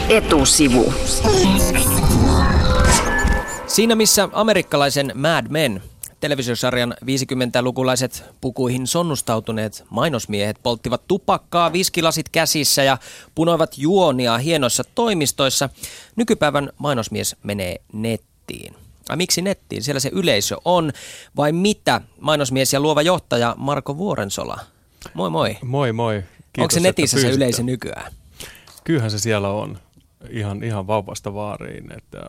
Etusivu. Siinä missä amerikkalaisen Mad Men televisiosarjan 50-lukulaiset pukuihin sonnustautuneet mainosmiehet polttivat tupakkaa viskilasit käsissä ja punoivat juonia hienoissa toimistoissa, nykypäivän mainosmies menee nettiin. Miksi nettiin? Siellä se yleisö on. Vai mitä? Mainosmies ja luova johtaja Marko Vuorensola. Moi moi. Moi moi. Kiitos, onko se netissä se yleisö nykyään? Kyllähän se siellä on. Ihan vauvasta vaariin. Että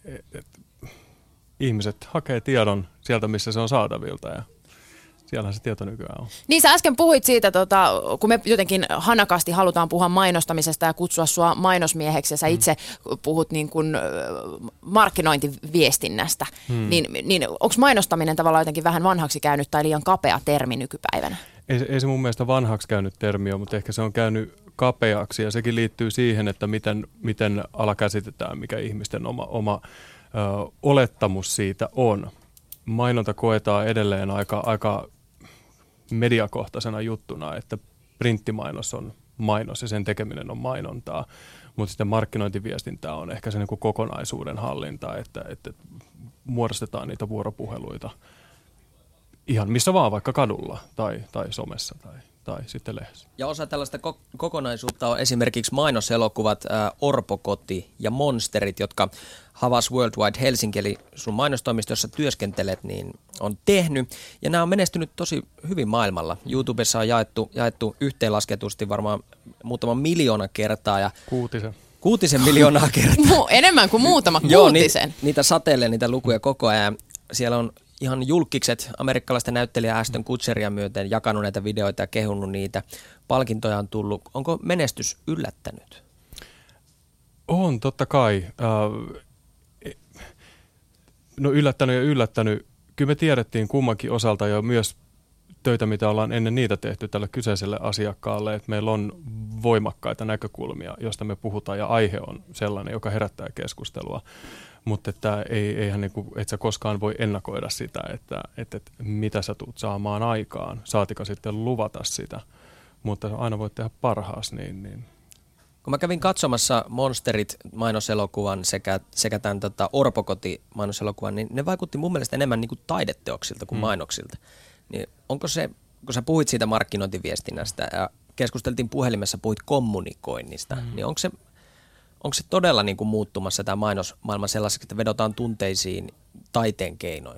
ihmiset hakee tiedon sieltä, missä se on saatavilta ja siellähän se tieto nykyään on. Niin sä äsken puhuit siitä, kun me jotenkin hanakasti halutaan puhua mainostamisesta ja kutsua sua mainosmieheksi ja sä itse puhut niin kuin markkinointiviestinnästä, niin onko mainostaminen tavallaan jotenkin vähän vanhaksi käynyt tai liian kapea termi nykypäivänä? Ei se mun mielestä vanhaksi käynyt termi ole, mutta ehkä se on käynyt kapeaksi ja sekin liittyy siihen, että miten ala käsitetään, mikä ihmisten oma olettamus siitä on. Mainonta koetaan edelleen aika mediakohtaisena juttuna, että printtimainos on mainos ja sen tekeminen on mainontaa, mutta sitten markkinointiviestintää on ehkä se niin kuin kokonaisuuden hallinta, että muodostetaan niitä vuoropuheluita ihan missä vaan, vaikka kadulla tai somessa tai sitten lehdessä. Ja osa tällaista kokonaisuutta on esimerkiksi mainoselokuvat Orpokoti ja Monsterit, jotka Havas Worldwide Helsinki, eli sun mainostoimisto, jossa työskentelet, niin on tehnyt. Ja nämä on menestynyt tosi hyvin maailmalla. YouTubessa on jaettu yhteenlasketusti varmaan muutaman miljoona kertaa. Ja Kuutisen miljoonaa kertaa. Enemmän kuin muutama kuutisen. Joo, niitä sateilee niitä lukuja koko ajan. Siellä on ihan julkikset amerikkalaisten näyttelijä Ashton Kutcheria myöten jakanut näitä videoita ja kehunut niitä. Palkintoja on tullut. Onko menestys yllättänyt? On, totta kai. No yllättänyt. Kyllä me tiedettiin kummankin osalta jo myös töitä, mitä ollaan ennen niitä tehty tälle kyseiselle asiakkaalle, että meillä on voimakkaita näkökulmia, joista me puhutaan ja aihe on sellainen, joka herättää keskustelua. Mutta että eihän niinku, et sä koskaan voi ennakoida sitä, että mitä sä tulet saamaan aikaan, saatika sitten luvata sitä, mutta aina voit tehdä parhaas. Niin. Kun mä kävin katsomassa Monsterit mainoselokuvan sekä tämän Orpokoti mainoselokuvan, niin ne vaikutti mun mielestä enemmän niinku taideteoksilta kuin mainoksilta. Niin onko se, kun sä puhuit siitä markkinointiviestinnästä ja keskusteltiin puhelimessa, puhuit kommunikoinnista, niin onko se todella niin kuin muuttumassa tämä mainosmaailma sellaiseksi, että vedotaan tunteisiin taiteen keinoin?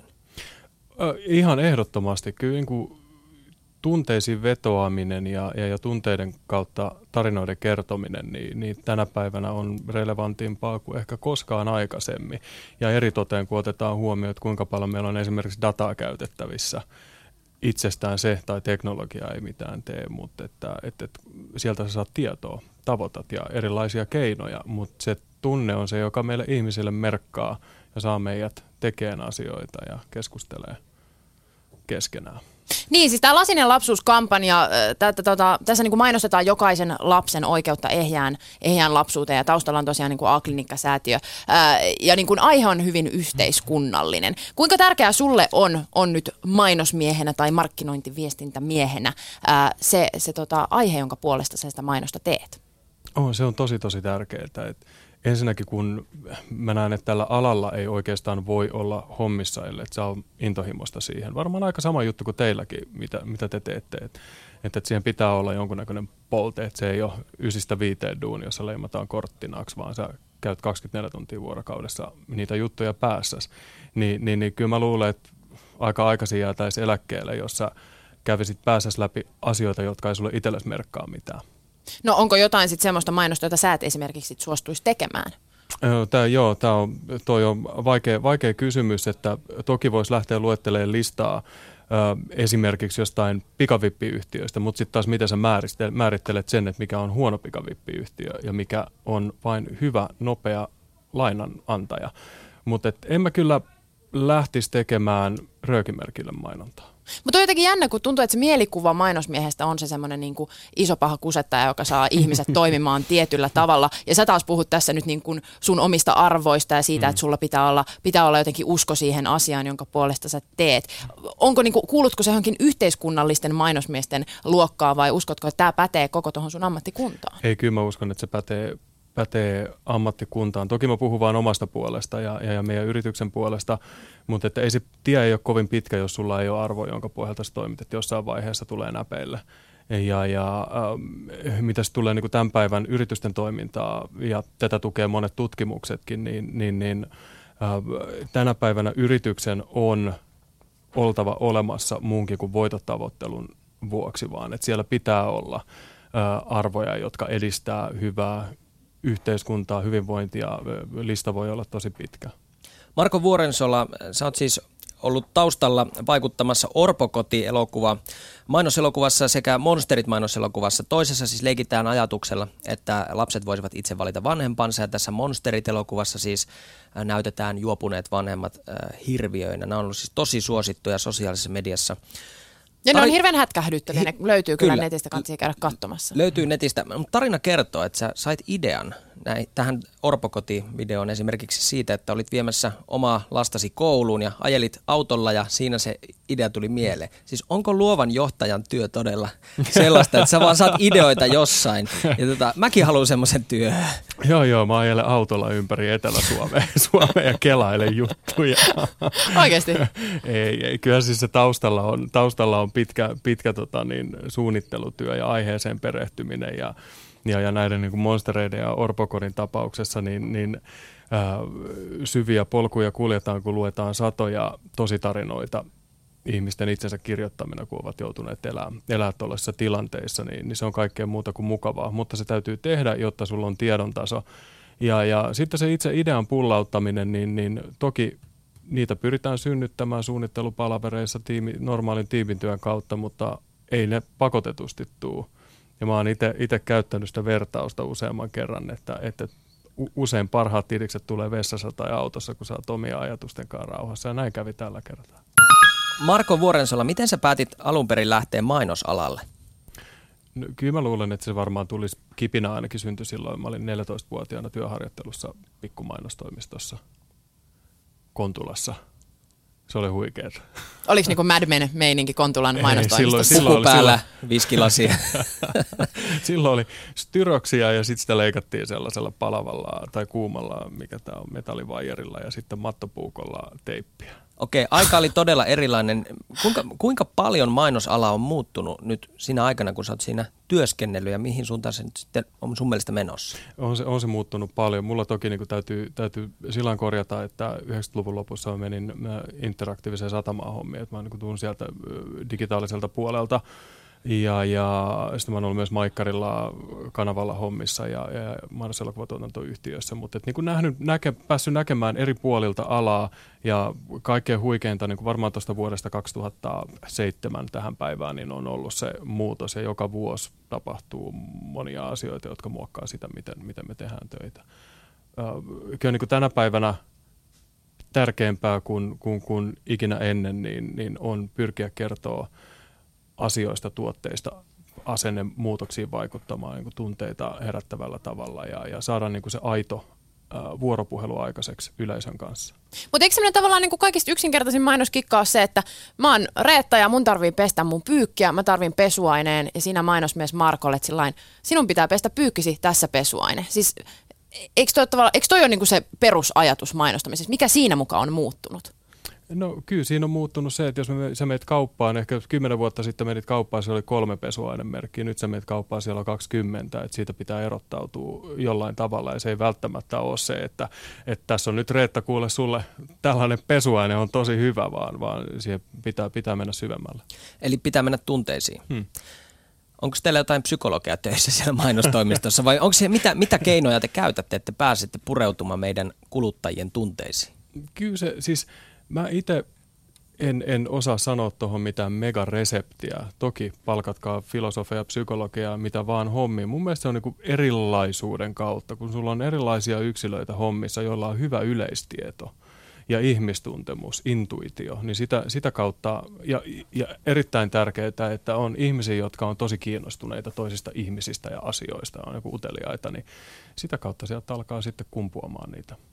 Ihan ehdottomasti. Kyllä niin kuin tunteisiin vetoaminen ja tunteiden kautta tarinoiden kertominen, niin tänä päivänä on relevantimpaa kuin ehkä koskaan aikaisemmin. Ja eritoten, kun otetaan huomioon, että kuinka paljon meillä on esimerkiksi dataa käytettävissä. Itsestään se tai teknologia ei mitään tee, mutta että sieltä sä saat tietoa, tavoitat ja erilaisia keinoja, mutta se tunne on se, joka meille ihmisille merkkaa ja saa meidät tekemään asioita ja keskustelee keskenään. Niin, siis tämä Lasinen lapsuuskampanja, tässä niin kuin mainostetaan jokaisen lapsen oikeutta ehjään lapsuuteen ja taustalla on tosiaan niin kuin A-klinikkasäätiö ja niin kuin aihe on hyvin yhteiskunnallinen. Kuinka tärkeää sulle on nyt mainosmiehenä tai markkinointiviestintämiehenä se aihe, jonka puolesta sä sitä mainosta teet? Se on tosi tärkeää. Ensinnäkin kun mä näen, että tällä alalla ei oikeastaan voi olla hommissa, ellei että saa intohimosta siihen. Varmaan aika sama juttu kuin teilläkin, mitä te teette. Että siihen pitää olla jonkunnäköinen polte, että se ei ole 9–5 duuni, jossa leimataan korttinaaksi, vaan sä käyt 24 tuntia vuorokaudessa niitä juttuja päässäsi. Niin kyllä mä luulen, että aika aikaisin jäätäisi eläkkeelle, jos sä kävisit päässäsi läpi asioita, jotka ei sulle itsellesi merkkaa mitään. No onko jotain sitten semmoista mainosta, jota sä et esimerkiksi suostuisi tekemään? Toi on vaikea kysymys, että toki voisi lähteä luettelemaan listaa esimerkiksi jostain pikavippiyhtiöistä, mutta sitten taas miten sä määrittelet sen, että mikä on huono pikavippiyhtiö ja mikä on vain hyvä, nopea lainanantaja. Mutta en mä kyllä lähtisi tekemään röökimerkille mainontaa. Mutta on jotenkin jännä, kun tuntuu, että se mielikuva mainosmiehestä on se semmoinen niin kuin iso paha kusettaja, joka saa ihmiset toimimaan tietyllä tavalla. Ja sä taas puhut tässä nyt niin kuin sun omista arvoista ja siitä, että sulla pitää olla jotenkin usko siihen asiaan, jonka puolesta sä teet. Onko niin kuin, kuulutko se johonkin yhteiskunnallisten mainosmiesten luokkaa vai uskotko, että tämä pätee koko tuohon sun ammattikuntaan? Ei, kyllä mä uskon, että se pätee ammattikuntaan. Toki mä puhun vaan omasta puolesta ja meidän yrityksen puolesta, mutta että se tie ei ole kovin pitkä, jos sulla ei ole arvoa, jonka pohjalta sä toimit, että jossain vaiheessa tulee näpeille. Ja mitä se tulee niin kuin tämän päivän yritysten toimintaa, ja tätä tukee monet tutkimuksetkin, niin tänä päivänä yrityksen on oltava olemassa muunkin kuin voitotavoittelun vuoksi, vaan että siellä pitää olla arvoja, jotka edistää hyvää yhteiskuntaa, hyvinvointia. Lista voi olla tosi pitkä. Marko Vuorensola, sä oot siis ollut taustalla vaikuttamassa Orpokoti-elokuva mainoselokuvassa sekä Monsterit-mainoselokuvassa. Toisessa siis leikitään ajatuksella, että lapset voisivat itse valita vanhempansa, ja tässä Monsterit-elokuvassa siis näytetään juopuneet vanhemmat hirviöinä. Nämä on ollut siis tosi suosittuja sosiaalisessa mediassa. Ja ne on hirveän hätkähdyttäviä, ne löytyy kyllä netistä, kannattaa käydä katsomassa. Löytyy netistä, mutta tarina kertoo, että sä sait idean tähän Orpokoti-videoon esimerkiksi siitä, että olit viemässä omaa lastasi kouluun ja ajelit autolla ja siinä se idea tuli mieleen. Siis onko luovan johtajan työ todella sellaista, että sä vaan saat ideoita jossain? Ja mäkin haluan semmoisen työhön. Joo, mä ajelen autolla ympäri Etelä-Suomea ja kelailen juttuja. Oikeasti? Ei, kyllä siis se taustalla on pitkä suunnittelutyö ja aiheeseen perehtyminen ja näiden niin kuin monstereiden ja Orpokodin tapauksessa niin syviä polkuja kuljetaan, kun luetaan satoja tositarinoita ihmisten itsensä kirjoittamina, kun ovat joutuneet elää tuollaisissa tilanteissa, niin se on kaikkea muuta kuin mukavaa, mutta se täytyy tehdä, jotta sulla on tiedon taso. Ja sitten se itse idean pullauttaminen, niin toki niitä pyritään synnyttämään suunnittelupalavereissa normaalin tiimintyön kautta, mutta ei ne pakotetusti tule. Ja mä oon itse käyttänyt sitä vertausta useamman kerran, että usein parhaat tidikset tulee vessassa tai autossa, kun sä oot omia ajatusten kanssa rauhassa. Ja näin kävi tällä kertaa. Marko Vuorensola, miten sä päätit alun perin lähteä mainosalalle? No, kyllä mä luulen, että se varmaan tulisi kipinä ainakin syntyi silloin. Mä olin 14-vuotiaana työharjoittelussa pikkumainostoimistossa Kontulassa. Se oli huikeeta. Oliko niinku Mad Men -meininki Kontulan mainostoimistossa? Silloin päällä viskilasia. Silloin oli styroksia ja sitten sitä leikattiin sellaisella palavalla tai kuumalla, mikä tämä on, metallivaijerilla ja sitten mattopuukolla teippiä. Okei, aika oli todella erilainen. Kuinka paljon mainosala on muuttunut nyt siinä aikana, kun sä oot siinä työskennellyt ja mihin suuntaan se nyt sitten on sun mielestä menossa? On se muuttunut paljon. Mulla toki niin täytyy silloin korjata, että 90-luvun lopussa mä menin interaktiiviseen satamaan hommiin, että mä niin tuun sieltä digitaaliselta puolelta. Ja sitten mä oon ollut myös Maikkarilla kanavalla hommissa ja mainoselokuvatuotantoyhtiössä, mutta niin päässyt näkemään eri puolilta alaa ja kaikkein huikeinta niin varmaan tuosta vuodesta 2007 tähän päivään niin on ollut se muutos ja joka vuosi tapahtuu monia asioita, jotka muokkaa sitä, miten me tehdään töitä. Kyllä niin tänä päivänä tärkeämpää kuin ikinä ennen niin on pyrkiä kertoa asioista, tuotteista, asennemuutoksiin vaikuttamaan niin kuin tunteita herättävällä tavalla ja saada niin kuin se aito vuoropuhelu aikaiseksi yleisön kanssa. Mutta eikö semmoinen tavallaan niin kuin kaikista yksinkertaisin mainoskikka ole se, että mä oon Reetta ja mun tarvii pestä mun pyykkiä, mä tarvin pesuaineen ja siinä mainosmies Markolle, että sillain, sinun pitää pestä pyykkisi, tässä pesuaine. Siis eikö toi ole niin kuin se perusajatus mainostamisessa? Mikä siinä mukaan on muuttunut? No kyllä siinä on muuttunut se, että jos sä meet kauppaan, ehkä 10 vuotta sitten menit kauppaan, se oli 3 pesuainemerkkiä, nyt sä meet kauppaan, siellä on 20, että siitä pitää erottautua jollain tavalla ja se ei välttämättä ole se, että tässä on nyt Reetta kuule sulle tällainen pesuaine on tosi hyvä, vaan siihen pitää mennä syvemmälle. Eli pitää mennä tunteisiin. Onko teillä jotain psykologia töissä siellä mainostoimistossa vai onko se, mitä keinoja te käytätte, että pääsette pureutumaan meidän kuluttajien tunteisiin? Kyllä se siis... Mä itse en osaa sanoa tuohon mitään megareseptiä. Toki palkatkaa filosofia ja psykologiaa, mitä vaan hommiin. Mun mielestä se on niin kuin erilaisuuden kautta, kun sulla on erilaisia yksilöitä hommissa, joilla on hyvä yleistieto ja ihmistuntemus, intuitio, niin sitä kautta, ja erittäin tärkeää, että on ihmisiä, jotka on tosi kiinnostuneita toisista ihmisistä ja asioista, on joku uteliaita, niin sitä kautta sieltä alkaa sitten kumpuamaan niitä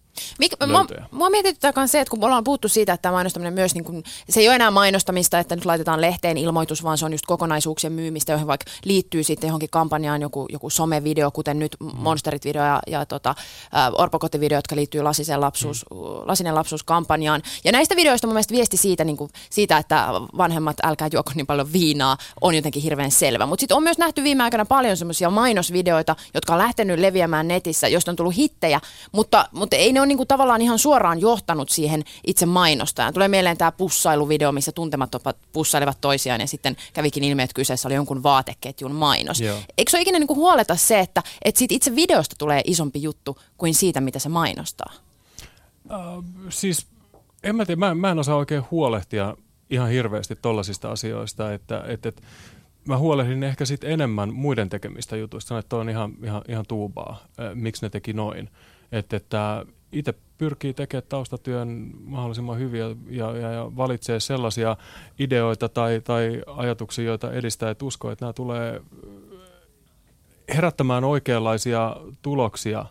Mua mietityttää myös se, että kun ollaan puhuttu siitä, että tämä mainostaminen myös, niin kun, se ei ole enää mainostamista, että nyt laitetaan lehteen ilmoitus, vaan se on just kokonaisuuksien myymistä, johon vaikka liittyy sitten johonkin kampanjaan joku somevideo, kuten nyt Monsterit-video ja Orpokoti-video, jotka liittyy Lasinen lapsuus-kampanjaan. Ja näistä videoista mun mielestä viesti siitä, että vanhemmat älkää juoko niin paljon viinaa, on jotenkin hirveän selvä. Mutta sitten on myös nähty viime aikoina paljon semmoisia mainosvideoita, jotka on lähtenyt leviämään netissä, joista on tullut hittejä, mutta ei ne ole niinku tavallaan ihan suoraan johtanut siihen itse mainostajaan. Tulee mieleen tämä pussailuvideo, missä tuntemattomat pussailevat toisiaan ja sitten kävikin ilmi, että kyseessä oli jonkun vaateketjun mainos. Joo. Eikö se ole ikinä niinku huoleta se, että siitä itse videosta tulee isompi juttu kuin siitä, mitä se mainostaa? Siis en mä tiedä, mä en osaa oikein huolehtia ihan hirveästi tollaisista asioista, että mä huolehdin ehkä sitten enemmän muiden tekemistä jutuista, että on ihan tuubaa, miksi ne teki noin. Että itse pyrkii tekemään taustatyön mahdollisimman hyviä ja valitsee sellaisia ideoita tai ajatuksia, joita edistää, että uskoo, että nämä tulee herättämään oikeanlaisia tuloksia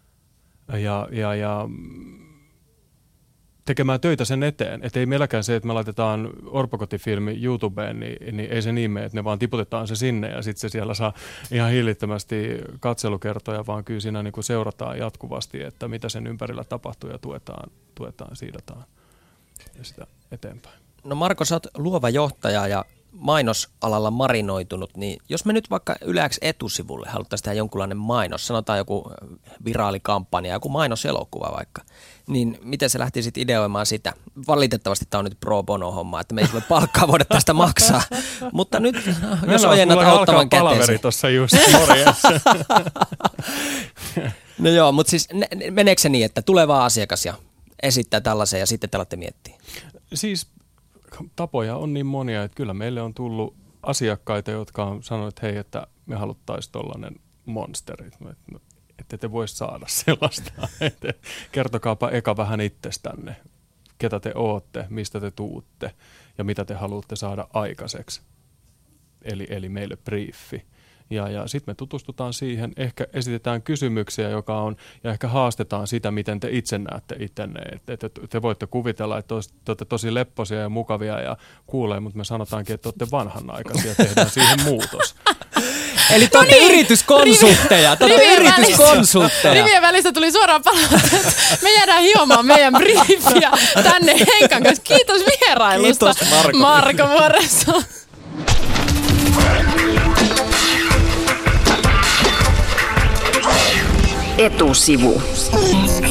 ja tekemään töitä sen eteen. Että ei meilläkään se, että me laitetaan Orpokoti-filmi YouTubeen, niin ei se niin mene, että ne vaan tiputetaan se sinne ja sitten se siellä saa ihan hillittömästi katselukertoja, vaan kyllä siinä niin kuin seurataan jatkuvasti, että mitä sen ympärillä tapahtuu ja tuetaan, siidataan ja sitä eteenpäin. No Marko, sä oot luova johtaja ja mainosalalla marinoitunut, niin jos me nyt vaikka Yle X etusivulle haluttaisiin tehdä jonkunlainen mainos, sanotaan joku viraalikampanja, joku mainoselokuva vaikka, niin miten sä lähtisit ideoimaan sitä? Valitettavasti tämä on nyt pro bono homma, että me ei tule palkkaa voida tästä maksaa, mutta nyt jos ojennat auttavan käteesi. Palaveri tuossa just morjessa. No joo, mutta siis meneekö se niin, että tulee vaan asiakas ja esittää tällaisen ja sitten te alatte miettiä? Siis tapoja on niin monia, että kyllä meille on tullut asiakkaita, jotka on sanonut, että hei, että me haluttaisiin tollainen monsteri, että te voisi saada sellaista. Kertokaapa eka vähän itsestänne, ketä te ootte, mistä te tuutte ja mitä te haluatte saada aikaiseksi. Eli meille briefi. Ja sitten me tutustutaan siihen, ehkä esitetään kysymyksiä, ja ehkä haastetaan sitä, miten te itse näette itsenne. Että te voitte kuvitella, että te olette tosi lepposia ja mukavia ja kuulee, mutta me sanotaankin, että olette vanhanaikaisia ja tehdään siihen muutos. Eli te olette yrityskonsultteja. Rivien välistä tuli suoraan palautetta. Me jäädään hiomaan meidän briefiä tänne Henkan kanssa. Kiitos vierailusta. Kiitos Marko Vuoressa. Etusivu.